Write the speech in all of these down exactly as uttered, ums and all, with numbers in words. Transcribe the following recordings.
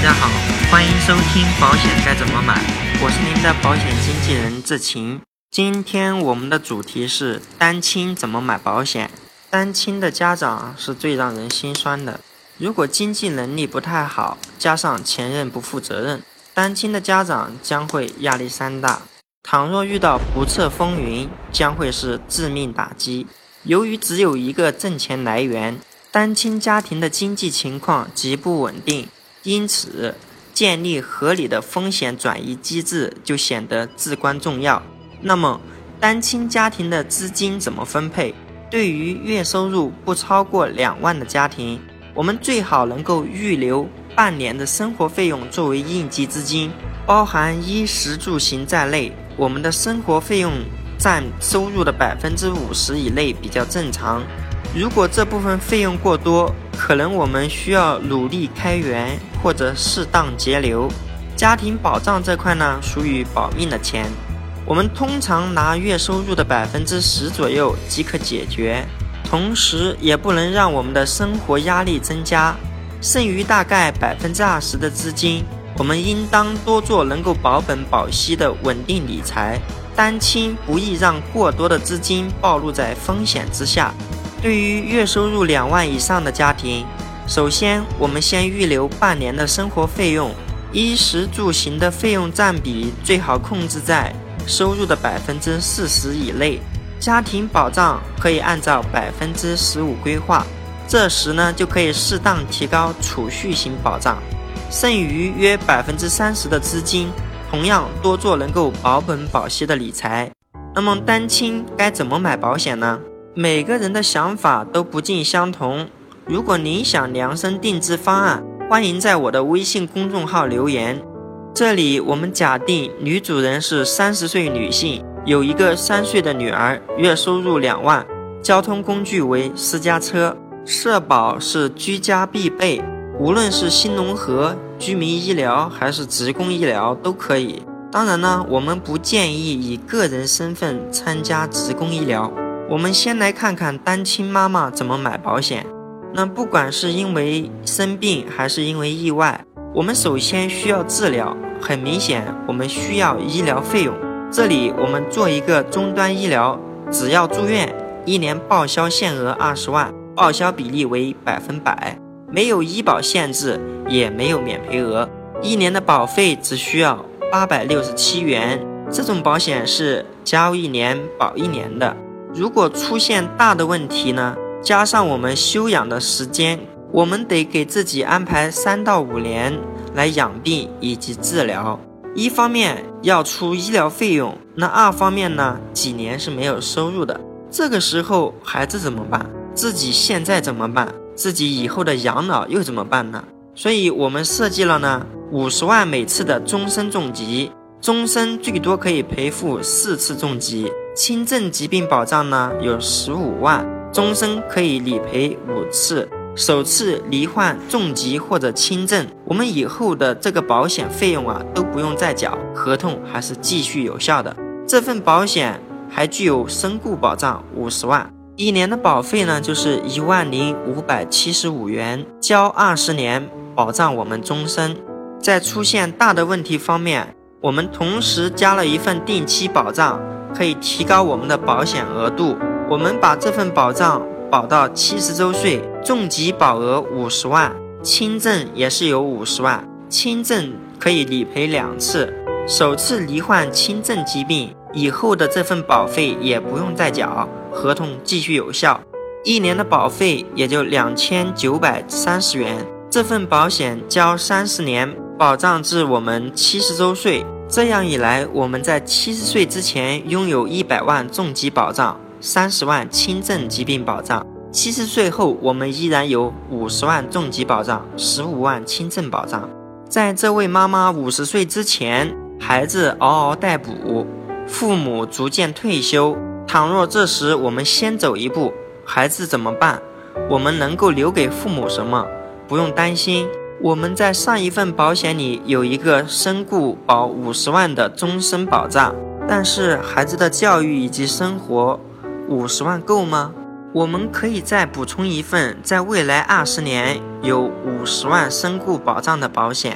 家好，欢迎收听保险该怎么买，我是您的保险经纪人志勤。今天我们的主题是单亲怎么买保险。单亲的家长是最让人心酸的，如果经济能力不太好，加上前任不负责任，单亲的家长将会压力山大。倘若遇到不测风云，将会是致命打击。由于只有一个挣钱来源，单亲家庭的经济情况极不稳定，因此建立合理的风险转移机制就显得至关重要。那么单亲家庭的资金怎么分配？对于月收入不超过两万的家庭，我们最好能够预留半年的生活费用作为应急资金，包含衣食住行在内，我们的生活费用占收入的百分之五十以内比较正常。如果这部分费用过多，可能我们需要努力开源或者适当节流。家庭保障这块呢，属于保命的钱，我们通常拿月收入的百分之十左右即可解决，同时也不能让我们的生活压力增加。剩余大概百分之二十的资金，我们应当多做能够保本保息的稳定理财。单亲不宜让过多的资金暴露在风险之下。对于月收入两万以上的家庭，首先我们先预留半年的生活费用，衣食住行的费用占比最好控制在收入的百分之四十以内。家庭保障可以按照百分之十五规划，这时呢就可以适当提高储蓄型保障。剩余约百分之三十的资金，同样多做能够保本保息的理财。那么单亲该怎么买保险呢？每个人的想法都不尽相同，如果您想量身定制方案，欢迎在我的微信公众号留言。这里我们假定女主人是三十岁女性，有一个三岁的女儿，月收入两万，交通工具为私家车，社保是居家必备，无论是新农合、居民医疗还是职工医疗都可以。当然呢，我们不建议以个人身份参加职工医疗。我们先来看看单亲妈妈怎么买保险。那不管是因为生病还是因为意外，我们首先需要治疗，很明显我们需要医疗费用。这里我们做一个终端医疗，只要住院，一年报销限额二十万，报销比例为百分百，没有医保限制，也没有免赔额，一年的保费只需要八百六十七元。这种保险是交一年保一年的。如果出现大的问题呢，加上我们休养的时间，我们得给自己安排三到五年来养病以及治疗。一方面要出医疗费用，那二方面呢，几年是没有收入的。这个时候孩子怎么办？自己现在怎么办？自己以后的养老又怎么办呢？所以我们设计了呢五十万每次的终身重疾，终身最多可以赔付四次重疾。轻症疾病保障呢有十五万，终身可以理赔五次。首次罹患重疾或者轻症，我们以后的这个保险费用啊都不用再缴，合同还是继续有效的。这份保险还具有身故保障五十万，一年的保费呢就是一万零五百七十五元，交二十年，保障我们终身。在出现大的问题方面，我们同时加了一份定期保障，可以提高我们的保险额度。我们把这份保障保到七十周岁，重疾保额五十万，轻症也是有五十万，轻症可以理赔两次。首次罹患轻症疾病以后的这份保费也不用再缴，合同继续有效，一年的保费也就两千九百三十元。这份保险交三十年，保障至我们七十周岁。这样一来，我们在七十岁之前拥有一百万重疾保障，三十万轻症疾病保障。七十岁后，我们依然有五十万重疾保障，十五万轻症保障。在这位妈妈五十岁之前，孩子嗷嗷待哺，父母逐渐退休。倘若这时我们先走一步，孩子怎么办？我们能够留给父母什么？不用担心，我们在上一份保险里有一个身故保五十万的终身保障，但是孩子的教育以及生活，五十万够吗？我们可以再补充一份在未来二十年有五十万身故保障的保险，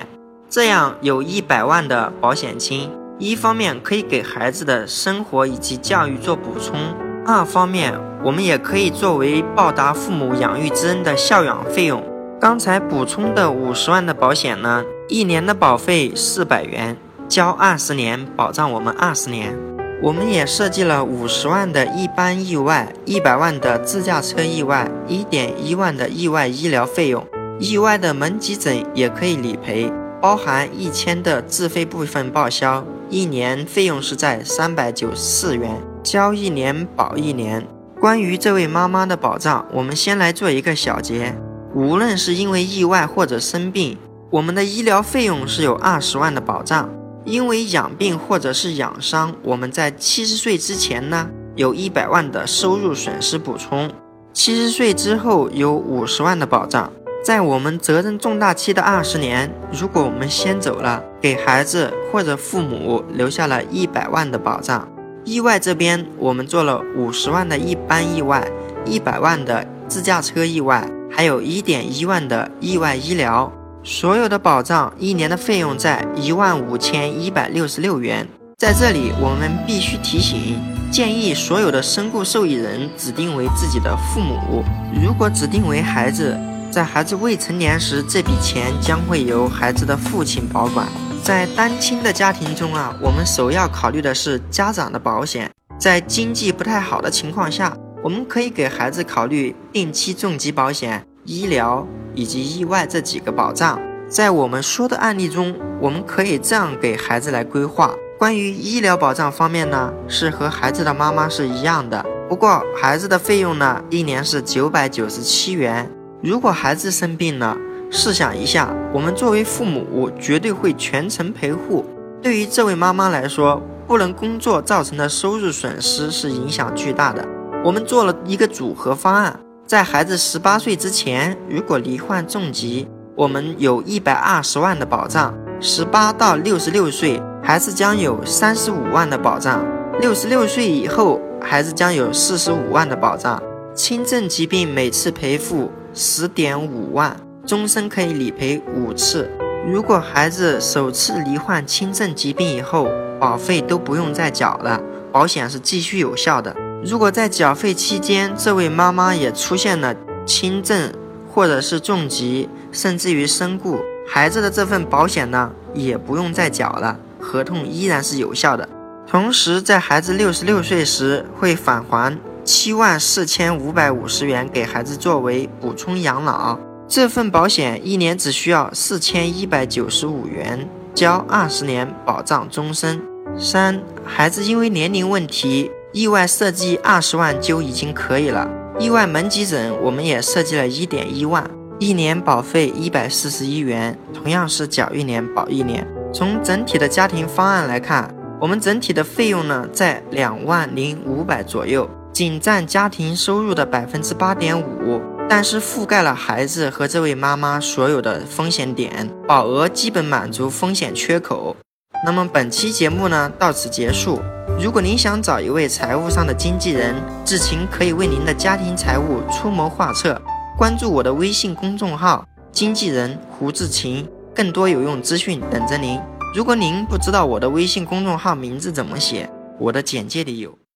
这样有一百万的保险金，一方面可以给孩子的生活以及教育做补充，二方面我们也可以作为报答父母养育之恩的孝养费用。刚才补充的五十万的保险呢，一年的保费四百元，交二十年，保障我们二十年。我们也设计了五十万的一般意外，一百万的自驾车意外，一点一万的意外医疗费用，意外的门急诊也可以理赔，包含一千的自费部分报销，一年费用是在三百九十四元，交一年保一年。关于这位妈妈的保障，我们先来做一个小结。无论是因为意外或者生病，我们的医疗费用是有二十万的保障。因为养病或者是养伤，我们在七十岁之前呢，有一百万的收入损失补充；七十岁之后有五十万的保障。在我们责任重大期的二十年，如果我们先走了，给孩子或者父母留下了一百万的保障。意外这边我们做了五十万的一般意外，一百万的自驾车意外，还有一点一万的意外医疗。所有的保障一年的费用在一万五千一百六十六元。在这里我们必须提醒，建议所有的身故受益人指定为自己的父母，如果指定为孩子，在孩子未成年时，这笔钱将会由孩子的父亲保管。在单亲的家庭中啊，我们首要考虑的是家长的保险。在经济不太好的情况下，我们可以给孩子考虑定期重疾保险、医疗以及意外这几个保障。在我们说的案例中，我们可以这样给孩子来规划。关于医疗保障方面呢，是和孩子的妈妈是一样的，不过孩子的费用呢，一年是九百九十七元。如果孩子生病了，试想一下，我们作为父母绝对会全程陪护。对于这位妈妈来说，不能工作造成的收入损失是影响巨大的。我们做了一个组合方案，在孩子十八岁之前，如果罹患重疾，我们有一百二十万的保障；十八到六十六岁，孩子将有三十五万的保障；六十六岁以后，孩子将有四十五万的保障。轻症疾病每次赔付十点五万，终身可以理赔五次。如果孩子首次罹患轻症疾病以后，保费都不用再缴了，保险是继续有效的。如果在缴费期间，这位妈妈也出现了轻症或者是重疾，甚至于身故，孩子的这份保险呢，也不用再缴了，合同依然是有效的。同时，在孩子六十六岁时，会返还七万四千五百五十元给孩子作为补充养老。这份保险一年只需要四千一百九十五元，交二十年，保障终身。三，孩子因为年龄问题，意外设计二十万就已经可以了。意外门急诊我们也设计了一点一万，一年保费一百四十一元，同样是缴一年保一年。从整体的家庭方案来看，我们整体的费用呢在两万零五百左右，仅占家庭收入的百分之八点五，但是覆盖了孩子和这位妈妈所有的风险点，保额基本满足风险缺口。那么本期节目呢到此结束。如果您想找一位财务上的经纪人，志勤可以为您的家庭财务出谋划策。关注我的微信公众号经纪人胡志勤，更多有用资讯等着您。如果您不知道我的微信公众号名字怎么写，我的简介里有。